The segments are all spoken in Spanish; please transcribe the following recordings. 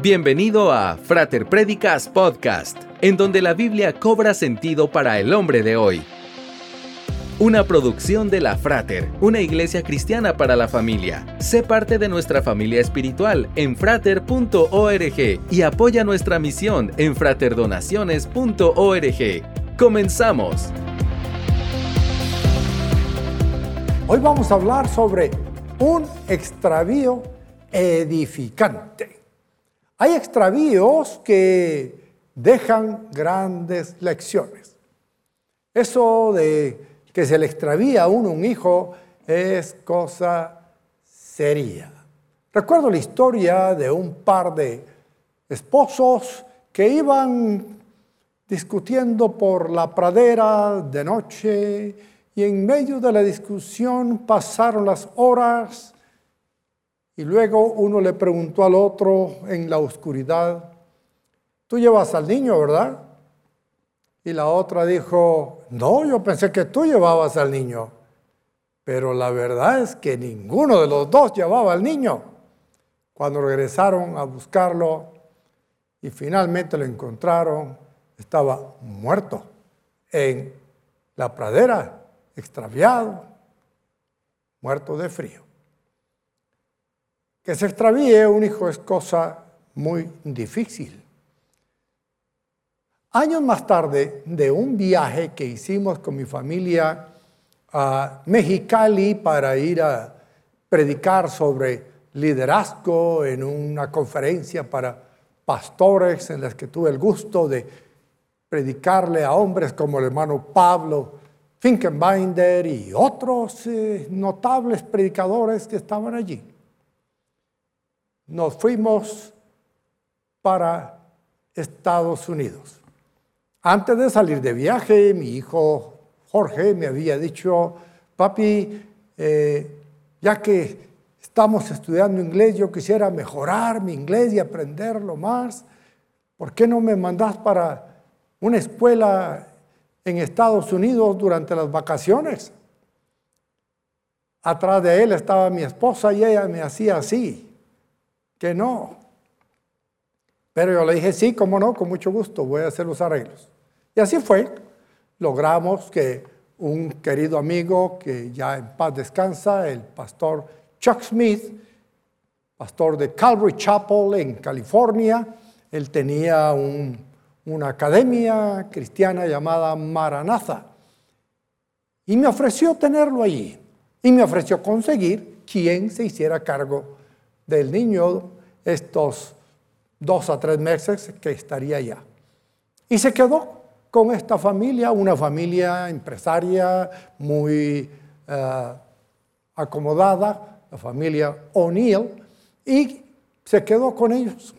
Bienvenido a Frater Prédicas Podcast, en donde la Biblia cobra sentido para el hombre de hoy. Una producción de la Frater, una iglesia cristiana para la familia. Sé parte de nuestra familia espiritual en frater.org y apoya nuestra misión en fraterdonaciones.org. ¡Comenzamos! Hoy vamos a hablar sobre un extravío edificante. Hay extravíos que dejan grandes lecciones. Eso de que se le extravía a uno un hijo es cosa seria. Recuerdo la historia de un par de esposos que iban discutiendo por la pradera de noche y en medio de la discusión pasaron las horas. Y luego uno le preguntó al otro en la oscuridad, ¿tú llevas al niño, verdad? Y la otra dijo, no, yo pensé que tú llevabas al niño. Pero la verdad es que ninguno de los dos llevaba al niño. Cuando regresaron a buscarlo y finalmente lo encontraron, estaba muerto en la pradera, extraviado, muerto de frío. Que se extravíe un hijo es cosa muy difícil. Años más tarde, de un viaje que hicimos con mi familia a Mexicali para ir a predicar sobre liderazgo en una conferencia para pastores en las que tuve el gusto de predicarle a hombres como el hermano Pablo Finkenbinder y otros notables predicadores que estaban allí. Nos fuimos para Estados Unidos. Antes de salir de viaje, mi hijo Jorge me había dicho, papi, ya que estamos estudiando inglés, yo quisiera mejorar mi inglés y aprenderlo más. ¿Por qué no me mandás para una escuela en Estados Unidos durante las vacaciones? Atrás de él estaba mi esposa y ella me hacía así, que no. Pero yo le dije, sí, cómo no, con mucho gusto, voy a hacer los arreglos. Y así fue. Logramos que un querido amigo que ya en paz descansa, el pastor Chuck Smith, pastor de Calvary Chapel en California, él tenía una academia cristiana llamada Maranatha. Y me ofreció tenerlo allí. Y me ofreció conseguir quien se hiciera cargo del niño estos 2 a 3 meses que estaría allá. Y se quedó con esta familia, una familia empresaria muy acomodada, la familia O'Neill, y se quedó con ellos.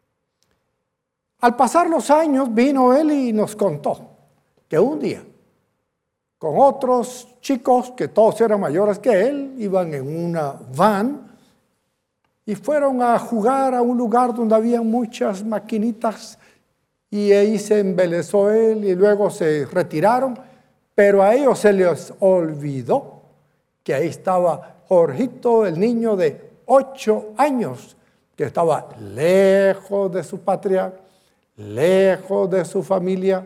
Al pasar los años vino él y nos contó que un día, con otros chicos que todos eran mayores que él, iban en una van y fueron a jugar a un lugar donde había muchas maquinitas y ahí se embelezó él y luego se retiraron, pero a ellos se les olvidó que ahí estaba Jorgito, el niño de 8 años, que estaba lejos de su patria, lejos de su familia.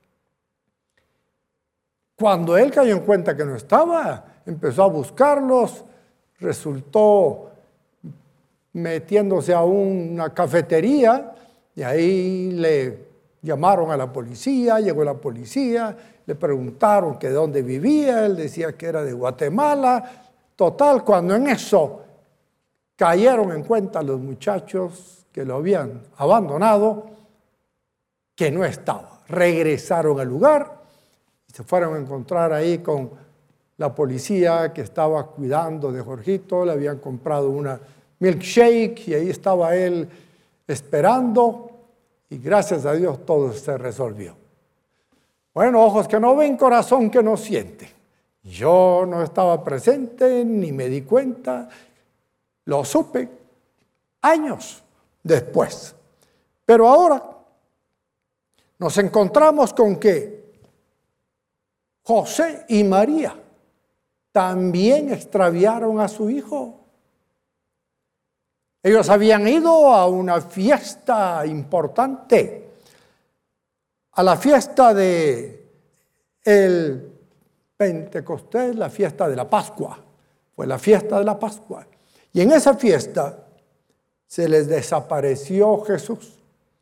Cuando él cayó en cuenta que no estaba, empezó a buscarlos, resultó metiéndose a una cafetería y ahí le llamaron a la policía, llegó la policía, le preguntaron que de dónde vivía, él decía que era de Guatemala. Total, cuando en eso cayeron en cuenta los muchachos que lo habían abandonado, que no estaba. Regresaron al lugar y se fueron a encontrar ahí con la policía que estaba cuidando de Jorgito, le habían comprado una milkshake y ahí estaba él esperando y gracias a Dios todo se resolvió. Bueno, ojos que no ven, corazón que no siente. Yo no estaba presente ni me di cuenta, lo supe años después. Pero ahora nos encontramos con que José y María también extraviaron a su hijo. Ellos habían ido a una fiesta importante, a la fiesta de el Pentecostés, la fiesta de la Pascua. Fue la fiesta de la Pascua. Y en esa fiesta se les desapareció Jesús.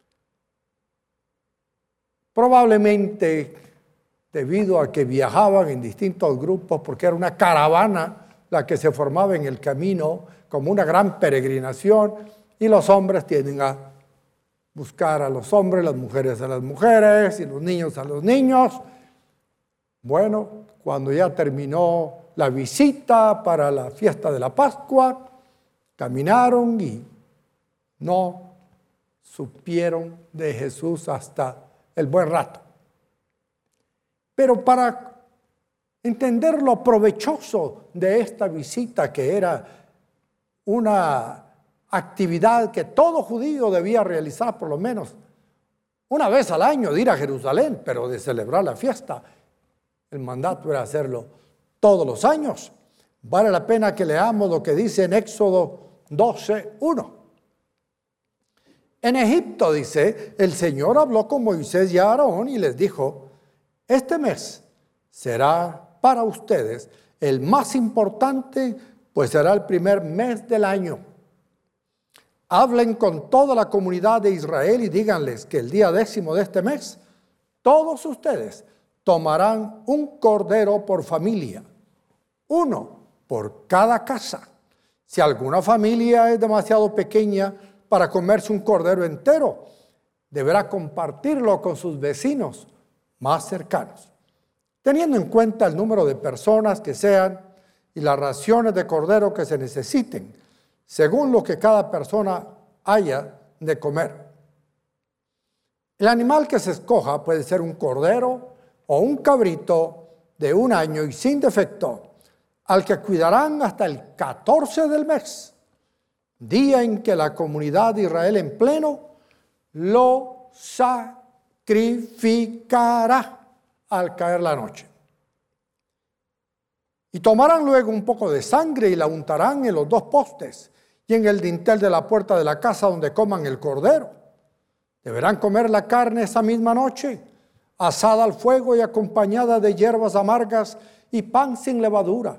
Probablemente debido a que viajaban en distintos grupos, porque era una caravana la que se formaba en el camino, como una gran peregrinación, y los hombres tienden a buscar a los hombres, las mujeres a las mujeres, y los niños a los niños. Bueno, cuando ya terminó la visita para la fiesta de la Pascua, caminaron y no supieron de Jesús hasta el buen rato. Pero para entender lo provechoso de esta visita, que era una actividad que todo judío debía realizar por lo menos una vez al año, de ir a Jerusalén, pero de celebrar la fiesta, el mandato era hacerlo todos los años. Vale la pena que leamos lo que dice en Éxodo 12:1. En Egipto, dice, el Señor habló con Moisés y a Aarón y les dijo: este mes será para ustedes el más importante, pues será el primer mes del año. Hablen con toda la comunidad de Israel y díganles que el día 10º de este mes, todos ustedes tomarán un cordero por familia, uno por cada casa. Si alguna familia es demasiado pequeña para comerse un cordero entero, deberá compartirlo con sus vecinos más cercanos, teniendo en cuenta el número de personas que sean y las raciones de cordero que se necesiten, según lo que cada persona haya de comer. El animal que se escoja puede ser un cordero o un cabrito de 1 año y sin defecto, al que cuidarán hasta el 14 del mes, día en que la comunidad de Israel en pleno lo sacrificará al caer la noche. Y tomarán luego un poco de sangre y la untarán en los 2 postes y en el dintel de la puerta de la casa donde coman el cordero. Deberán comer la carne esa misma noche, asada al fuego y acompañada de hierbas amargas y pan sin levadura.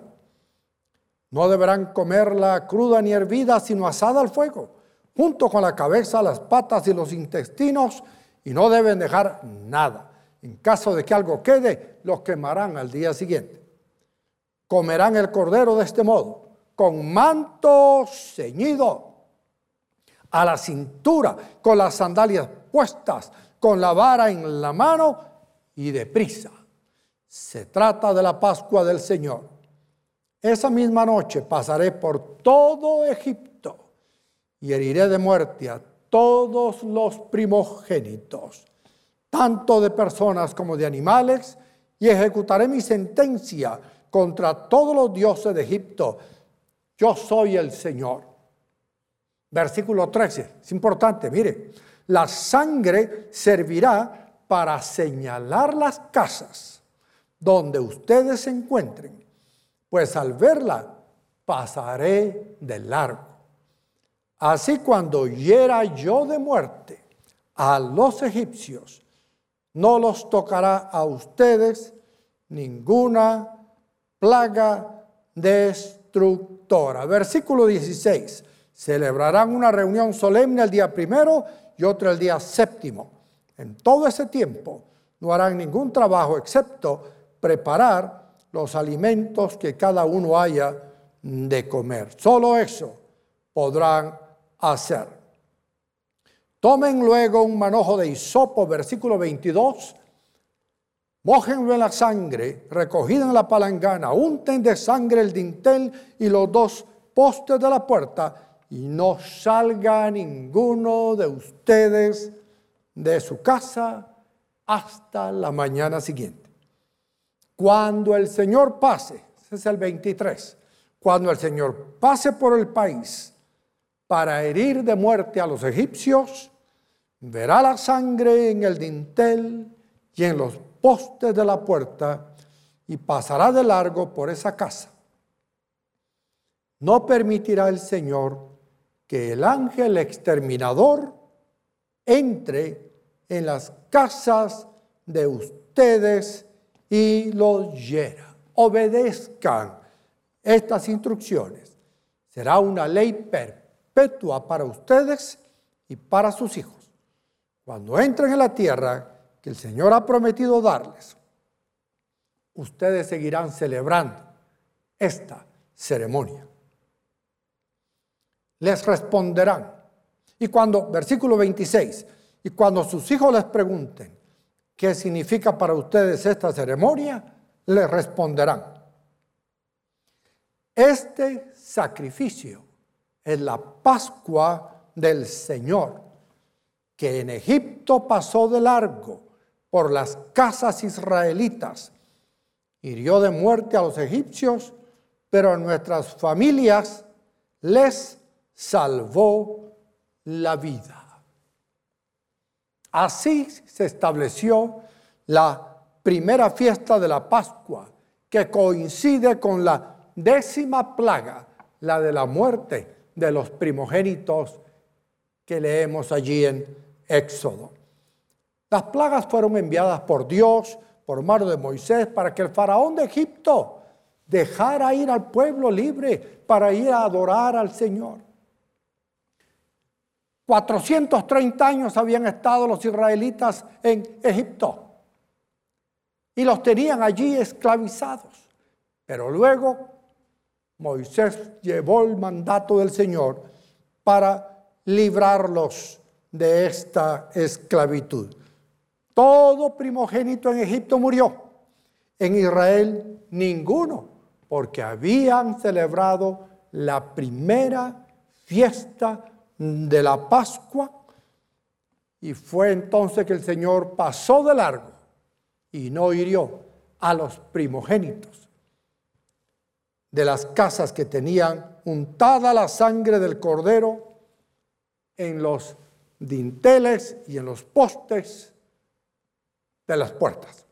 No deberán comerla cruda ni hervida, sino asada al fuego, junto con la cabeza, las patas y los intestinos, y no deben dejar nada. En caso de que algo quede, lo quemarán al día siguiente. Comerán el cordero de este modo, con manto ceñido a la cintura, con las sandalias puestas, con la vara en la mano y deprisa. Se trata de la Pascua del Señor. Esa misma noche pasaré por todo Egipto y heriré de muerte a todos los primogénitos, tanto de personas como de animales, y ejecutaré mi sentencia contra todos los dioses de Egipto. Yo soy el Señor. Versículo 13, es importante, mire. La sangre servirá para señalar las casas donde ustedes se encuentren, pues al verla pasaré de largo. Así cuando hiera yo de muerte a los egipcios, no los tocará a ustedes ninguna plaga destructora. Versículo 16. Celebrarán una reunión solemne el día 1 y otra el día 7. En todo ese tiempo no harán ningún trabajo excepto preparar los alimentos que cada uno haya de comer. Solo eso podrán hacer. Tomen luego un manojo de hisopo, versículo 22, mójenlo en la sangre recogida en la palangana, unten de sangre el dintel y los 2 postes de la puerta, y no salga ninguno de ustedes de su casa hasta la mañana siguiente. Cuando el Señor pase, ese es el 23, cuando el Señor pase por el país para herir de muerte a los egipcios, verá la sangre en el dintel y en los postes de la puerta y pasará de largo por esa casa. No permitirá el Señor que el ángel exterminador entre en las casas de ustedes y los hiera. Obedezcan estas instrucciones. Será una ley perpetua para ustedes y para sus hijos. Cuando entren en la tierra que el Señor ha prometido darles, ustedes seguirán celebrando esta ceremonia. Les responderán. Y cuando, versículo 26, y cuando sus hijos les pregunten qué significa para ustedes esta ceremonia, les responderán: este sacrificio es la Pascua del Señor, que en Egipto pasó de largo por las casas israelitas, hirió de muerte a los egipcios, pero a nuestras familias les salvó la vida. Así se estableció la primera fiesta de la Pascua, que coincide con la 10ª plaga, la de la muerte de los primogénitos que leemos allí en Éxodo. Las plagas fueron enviadas por Dios, por mano de Moisés, para que el faraón de Egipto dejara ir al pueblo libre para ir a adorar al Señor. 430 años habían estado los israelitas en Egipto y los tenían allí esclavizados. Pero luego Moisés llevó el mandato del Señor para librarlos de esta esclavitud. Todo primogénito en Egipto murió. En Israel ninguno, porque habían celebrado la primera fiesta de la Pascua, y fue entonces que el Señor pasó de largo y no hirió a los primogénitos de las casas que tenían untada la sangre del cordero en los dinteles y en los postes de las puertas.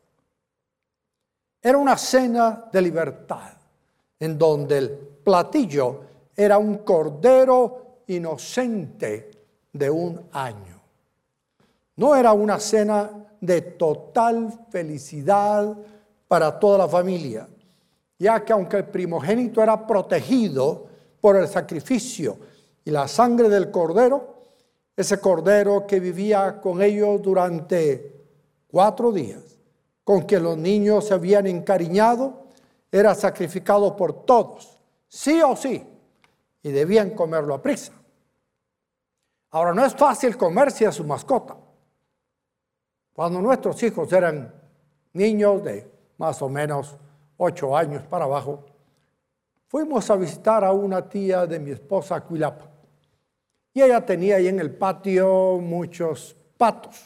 Era una cena de libertad, en donde el platillo era un cordero inocente de 1 año. No era una cena de total felicidad para toda la familia, ya que aunque el primogénito era protegido por el sacrificio y la sangre del cordero, ese cordero que vivía con ellos durante 4 días, con que los niños se habían encariñado, era sacrificado por todos, sí o sí, y debían comerlo a prisa. Ahora, no es fácil comerse a su mascota. Cuando nuestros hijos eran niños de más o menos 8 años para abajo, fuimos a visitar a una tía de mi esposa a Cuilapa. Y ella tenía ahí en el patio muchos patos.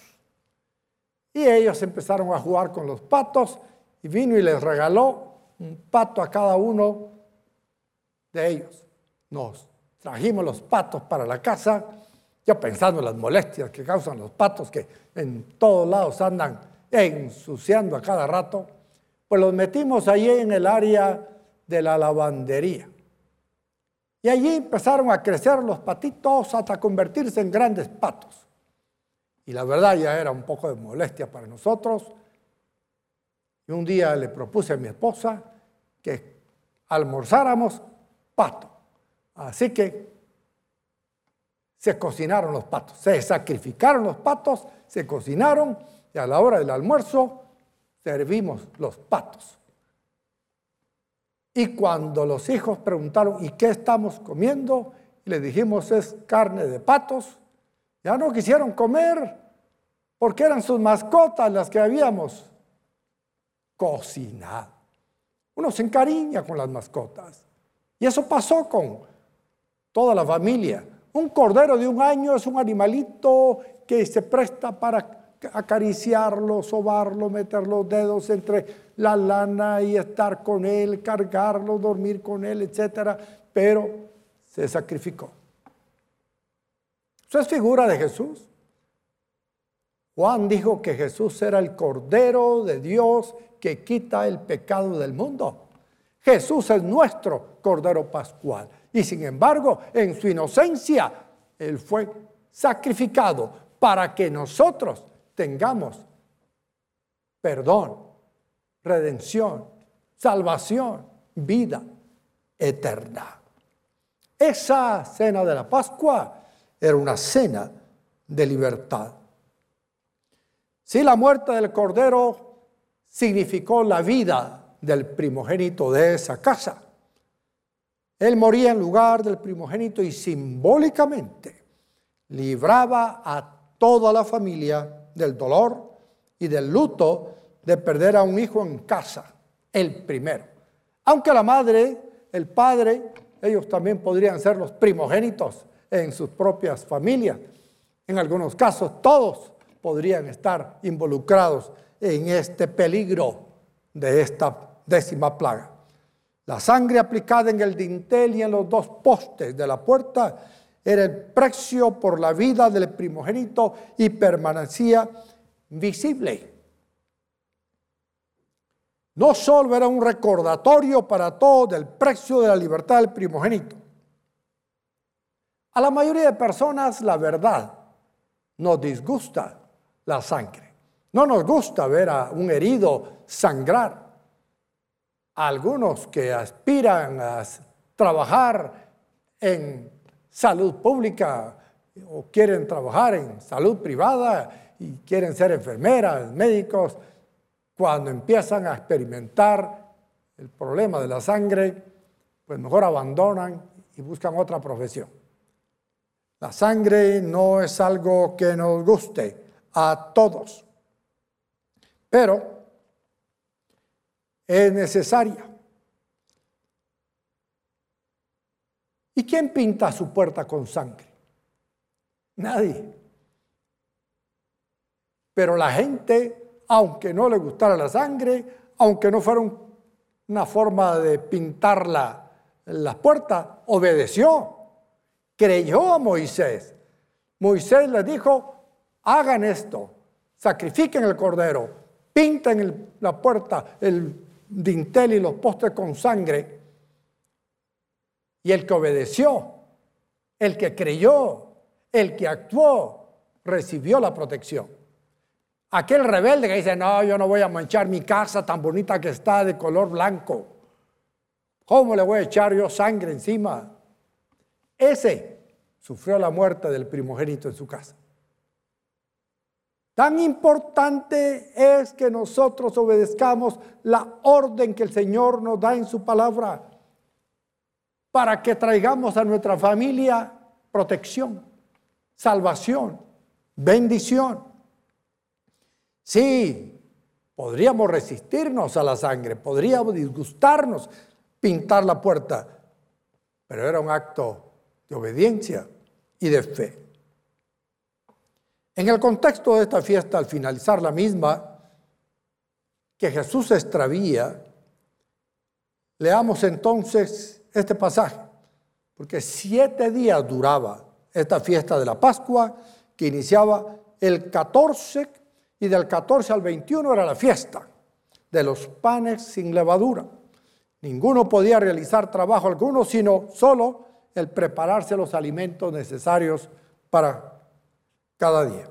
Y ellos empezaron a jugar con los patos y vino y les regaló un pato a cada uno de ellos. Nos trajimos los patos para la casa, yo pensando en las molestias que causan los patos, que en todos lados andan ensuciando a cada rato, pues los metimos allí en el área de la lavandería. Y allí empezaron a crecer los patitos hasta convertirse en grandes patos. Y la verdad ya era un poco de molestia para nosotros. Y un día le propuse a mi esposa que almorzáramos pato. Así que se cocinaron los patos, se sacrificaron los patos, se cocinaron y a la hora del almuerzo servimos los patos. Y cuando los hijos preguntaron, ¿y qué estamos comiendo? Y les dijimos, es carne de patos. Ya no quisieron comer porque eran sus mascotas las que habíamos cocinado. Uno se encariña con las mascotas. Y eso pasó con toda la familia. Un cordero de 1 año es un animalito que se presta para acariciarlo, sobarlo, meter los dedos entre la lana y estar con él, cargarlo, dormir con él, etc. Pero se sacrificó. Eso es figura de Jesús. Juan dijo que Jesús era el Cordero de Dios que quita el pecado del mundo. Jesús es nuestro Cordero Pascual. Y sin embargo, en su inocencia, Él fue sacrificado para que nosotros tengamos perdón, redención, salvación, vida eterna. Esa cena de la Pascua era una cena de libertad. Si la muerte del Cordero significó la vida del primogénito de esa casa, Él moría en lugar del primogénito y simbólicamente libraba a toda la familia del dolor y del luto de perder a un hijo en casa, el primero. Aunque la madre, el padre, ellos también podrían ser los primogénitos en sus propias familias. En algunos casos, todos podrían estar involucrados en este peligro de esta 10ª plaga. La sangre aplicada en el dintel y en los 2 postes de la puerta era el precio por la vida del primogénito y permanecía visible. No solo era un recordatorio para todos del precio de la libertad del primogénito. A la mayoría de personas, la verdad, nos disgusta la sangre. No nos gusta ver a un herido sangrar. A algunos que aspiran a trabajar en salud pública o quieren trabajar en salud privada y quieren ser enfermeras, médicos, cuando empiezan a experimentar el problema de la sangre, pues mejor abandonan y buscan otra profesión. La sangre no es algo que nos guste a todos, pero es necesaria. ¿Y quién pinta su puerta con sangre? Nadie. Pero la gente, aunque no le gustara la sangre, aunque no fuera una forma de pintar la puerta, obedeció, creyó a Moisés. Moisés les dijo, hagan esto, sacrifiquen el cordero, pinten la puerta, el dintel y los postes con sangre. Y el que obedeció, el que creyó, el que actuó, recibió la protección. Aquel rebelde que dice, no, yo no voy a manchar mi casa tan bonita que está de color blanco. ¿Cómo le voy a echar yo sangre encima? Ese sufrió la muerte del primogénito en su casa. Tan importante es que nosotros obedezcamos la orden que el Señor nos da en su palabra para que traigamos a nuestra familia protección, salvación, bendición. Sí, podríamos resistirnos a la sangre, podríamos disgustarnos, pintar la puerta, pero era un acto de obediencia y de fe. En el contexto de esta fiesta, al finalizar la misma, que Jesús se extravía, leamos entonces este pasaje, porque 7 días duraba esta fiesta de la Pascua, que iniciaba el 14 y del 14 al 21 era la fiesta de los panes sin levadura. Ninguno podía realizar trabajo alguno, sino solo el prepararse los alimentos necesarios para cada día.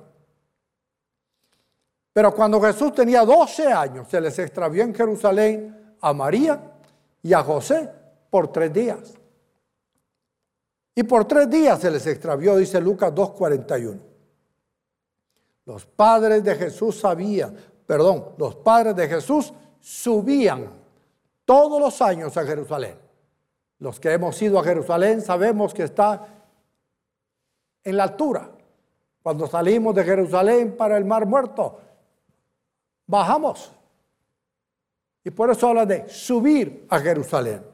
Pero cuando Jesús tenía 12 años, se les extravió en Jerusalén a María y a José por 3 días. Y por 3 días se les extravió, dice Lucas 2:41. Los padres de Jesús subían todos los años a Jerusalén. Los que hemos ido a Jerusalén sabemos que está en la altura. Cuando salimos de Jerusalén para el Mar Muerto, bajamos. Y por eso habla de subir a Jerusalén.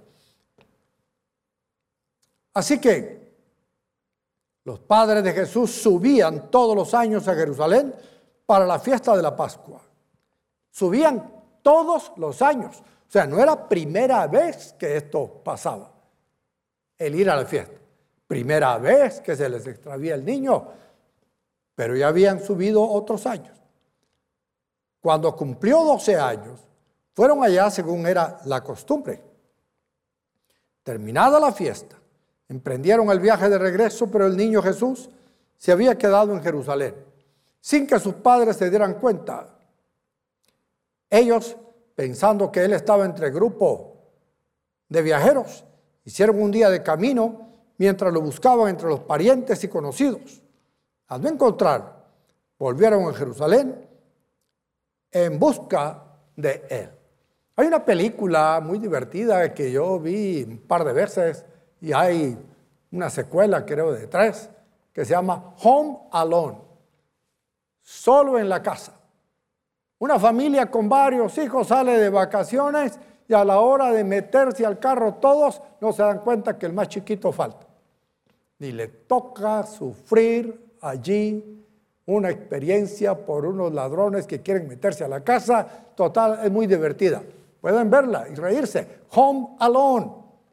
Así que los padres de Jesús subían todos los años a Jerusalén para la fiesta de la Pascua. Subían todos los años. O sea, no era primera vez que esto pasaba, el ir a la fiesta. Primera vez que se les extravía el niño, pero ya habían subido otros años. Cuando cumplió 12 años, fueron allá según era la costumbre. Terminada la fiesta, Emprendieron el viaje de regreso, pero el niño Jesús se había quedado en Jerusalén, sin que sus padres se dieran cuenta. Ellos, pensando que él estaba entre grupo de viajeros, hicieron un día de camino mientras lo buscaban entre los parientes y conocidos. Al no encontrarlo, volvieron a Jerusalén en busca de él. Hay una película muy divertida que yo vi un par de veces y hay una secuela, creo, de 3, que se llama Home Alone, solo en la casa. Una familia con varios hijos sale de vacaciones y a la hora de meterse al carro todos no se dan cuenta que el más chiquito falta. Y le toca sufrir allí una experiencia por unos ladrones que quieren meterse a la casa. Total, es muy divertida. Pueden verla y reírse. Home Alone.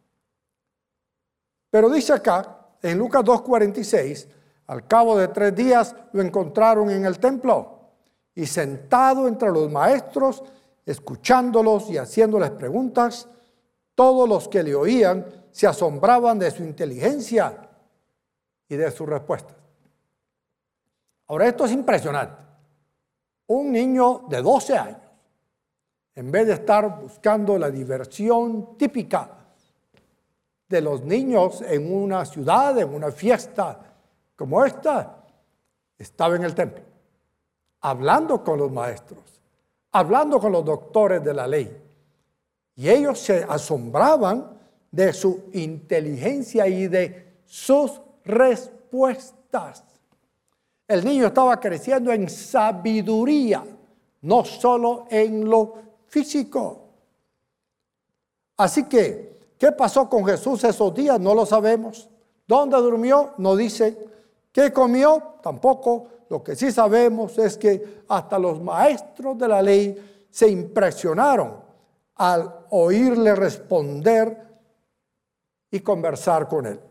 Pero dice acá, en Lucas 2:46, al cabo de 3 días lo encontraron en el templo y sentado entre los maestros, escuchándolos y haciéndoles preguntas. Todos los que le oían se asombraban de su inteligencia y de sus respuestas. Ahora, esto es impresionante. Un niño de 12 años, en vez de estar buscando la diversión típica de los niños en una ciudad, en una fiesta como esta, estaba en el templo, hablando con los maestros, hablando con los doctores de la ley. Y ellos se asombraban de su inteligencia y de sus respuestas. El niño estaba creciendo en sabiduría, no solo en lo físico. Así que, ¿qué pasó con Jesús esos días? No lo sabemos. ¿Dónde durmió? No dice. ¿Qué comió? Tampoco. Lo que sí sabemos es que hasta los maestros de la ley se impresionaron al oírle responder y conversar con él.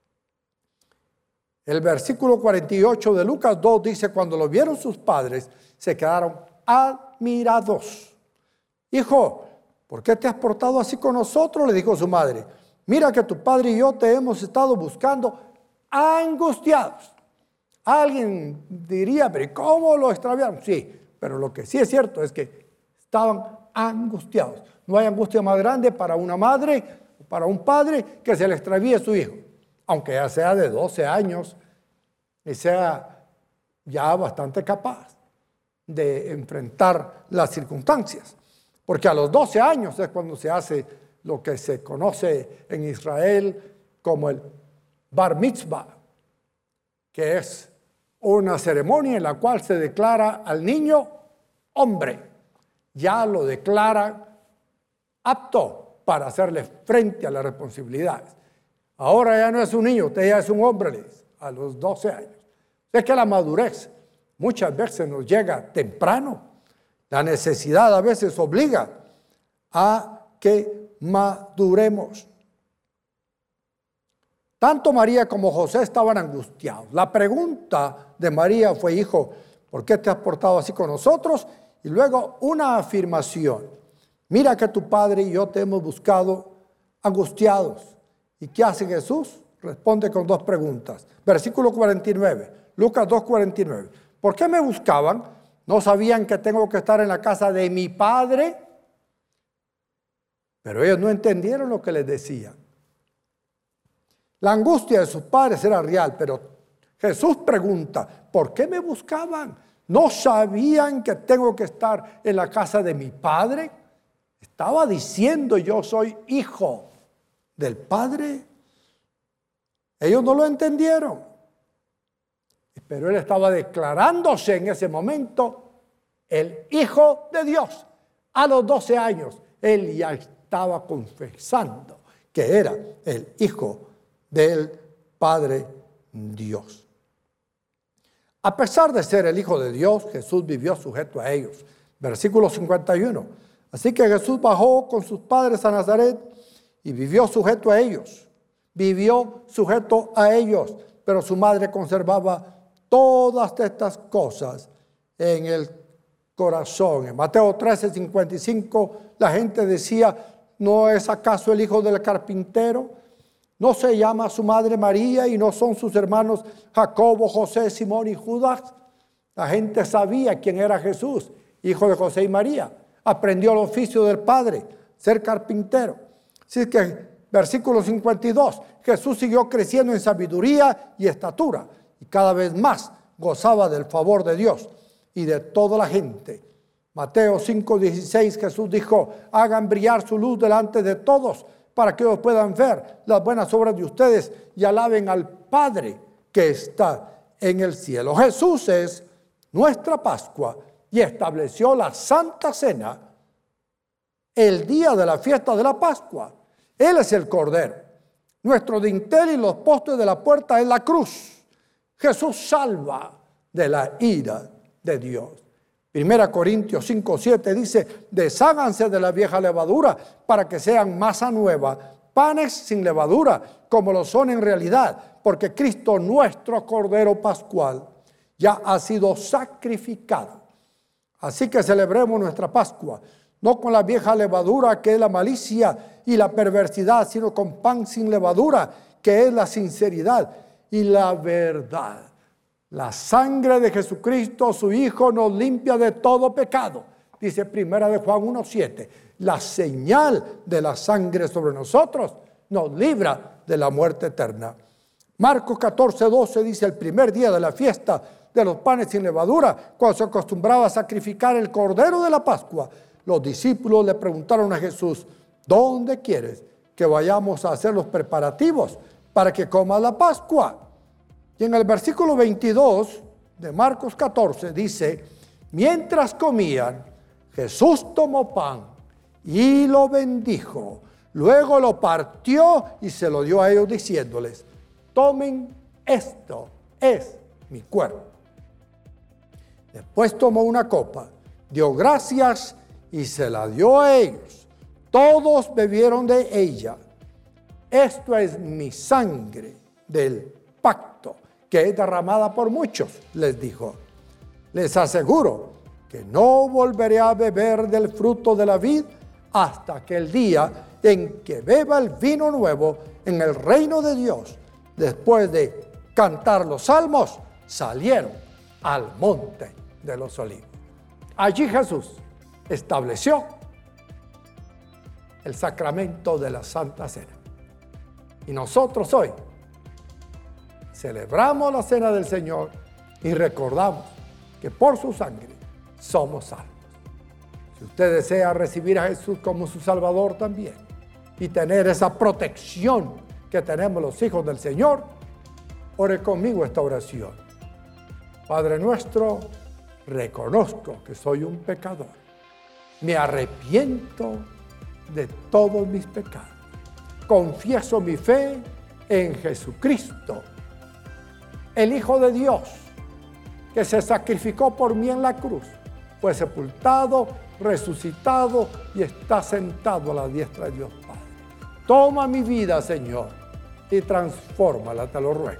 El versículo 48 de Lucas 2 dice: cuando lo vieron sus padres, se quedaron admirados. Hijo, ¿por qué te has portado así con nosotros?, le dijo su madre. Mira que tu padre y yo te hemos estado buscando angustiados. Alguien diría, pero ¿cómo lo extraviaron? Sí, pero lo que sí es cierto es que estaban angustiados. No hay angustia más grande para una madre, para un padre, que se le extravíe a su hijo. Aunque ya sea de 12 años y sea ya bastante capaz de enfrentar las circunstancias. Porque a los 12 años es cuando se hace lo que se conoce en Israel como el Bar Mitzvah, que es una ceremonia en la cual se declara al niño hombre. Ya lo declara apto para hacerle frente a las responsabilidades. Ahora ya no es un niño, usted ya es un hombre, a los 12 años. Es que la madurez muchas veces nos llega temprano. La necesidad a veces obliga a que maduremos. Tanto María como José estaban angustiados. La pregunta de María fue: hijo, ¿por qué te has portado así con nosotros? Y luego una afirmación: mira que tu padre y yo te hemos buscado angustiados. ¿Y qué hace Jesús? Responde con 2 preguntas. Versículo 49, Lucas 2:49. ¿Por qué me buscaban? ¿No sabían que tengo que estar en la casa de mi padre? Pero ellos no entendieron lo que les decía. La angustia de sus padres era real, pero Jesús pregunta: ¿por qué me buscaban? ¿No sabían que tengo que estar en la casa de mi padre? Estaba diciendo: yo soy hijo del Padre. Ellos no lo entendieron, pero él estaba declarándose en ese momento el Hijo de Dios. A los 12 años él ya estaba confesando que era el Hijo del Padre Dios. A pesar de ser el Hijo de Dios, Jesús vivió sujeto a ellos. Versículo 51. Así que Jesús bajó con sus padres a Nazaret y vivió sujeto a ellos. Vivió sujeto a ellos, pero su madre conservaba todas estas cosas en el corazón. En Mateo 13:55 la gente decía: ¿no es acaso el hijo del carpintero? ¿No se llama su madre María y no son sus hermanos Jacobo, José, Simón y Judas? La gente sabía quién era Jesús, hijo de José y María. Aprendió el oficio del Padre, ser carpintero. Así es que, versículo 52, Jesús siguió creciendo en sabiduría y estatura y cada vez más gozaba del favor de Dios y de toda la gente. Mateo 5:16, Jesús dijo: hagan brillar su luz delante de todos para que ellos puedan ver las buenas obras de ustedes y alaben al Padre que está en el cielo. Jesús es nuestra Pascua y estableció la Santa Cena el día de la fiesta de la Pascua. Él es el Cordero. Nuestro dintel y los postes de la puerta es la cruz. Jesús salva de la ira de Dios. 1 Corintios 5:7 dice: desháganse de la vieja levadura para que sean masa nueva, panes sin levadura, como lo son en realidad, porque Cristo, nuestro Cordero Pascual, ya ha sido sacrificado. Así que celebremos nuestra Pascua, no con la vieja levadura, que es la malicia y la perversidad, sino con pan sin levadura, que es la sinceridad y la verdad. La sangre de Jesucristo, su Hijo, nos limpia de todo pecado. Dice 1 de Juan 1:7. La señal de la sangre sobre nosotros nos libra de la muerte eterna. Marcos 14:12 dice: el primer día de la fiesta de los panes sin levadura, cuando se acostumbraba a sacrificar el cordero de la Pascua, los discípulos le preguntaron a Jesús: ¿dónde quieres que vayamos a hacer los preparativos para que comas la Pascua? Y en el versículo 22 de Marcos 14 dice: mientras comían, Jesús tomó pan y lo bendijo. Luego lo partió y se lo dio a ellos diciéndoles: tomen, esto es mi cuerpo. Después tomó una copa, dio gracias y se la dio a ellos. Todos bebieron de ella. Esto es mi sangre del pacto, que es derramada por muchos, les dijo. Les aseguro que no volveré a beber del fruto de la vid hasta aquel día en que beba el vino nuevo en el reino de Dios. Después de cantar los salmos, salieron al monte de los olivos. Allí Jesús estableció el sacramento de la Santa Cena. Y nosotros hoy celebramos la Cena del Señor y recordamos que por su sangre somos salvos. Si usted desea recibir a Jesús como su Salvador también y tener esa protección que tenemos los hijos del Señor, ore conmigo esta oración. Padre nuestro, reconozco que soy un pecador. Me arrepiento de todos mis pecados. Confieso mi fe en Jesucristo, el Hijo de Dios, que se sacrificó por mí en la cruz, fue sepultado, resucitado y está sentado a la diestra de Dios Padre. Toma mi vida, Señor, y transfórmala, te lo ruego.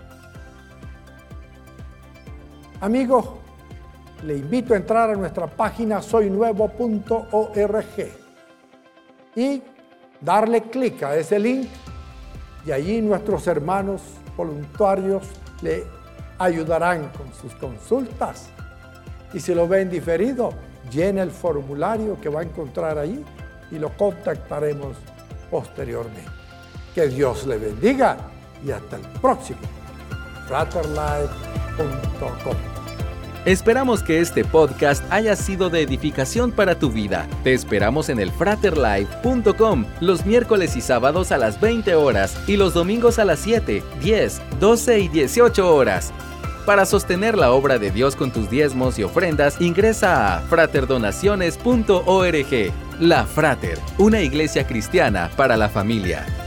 Amigos, le invito a entrar a nuestra página soynuevo.org y darle clic a ese link, y allí nuestros hermanos voluntarios le ayudarán con sus consultas. Y si lo ven diferido, llene el formulario que va a encontrar ahí y lo contactaremos posteriormente. Que Dios le bendiga y hasta el próximo fraterlife.com. Esperamos que este podcast haya sido de edificación para tu vida. Te esperamos en el fraterlife.com los miércoles y sábados a las 20 horas y los domingos a las 7, 10, 12 y 18 horas. Para sostener la obra de Dios con tus diezmos y ofrendas, ingresa a fraterdonaciones.org. La Frater, una iglesia cristiana para la familia.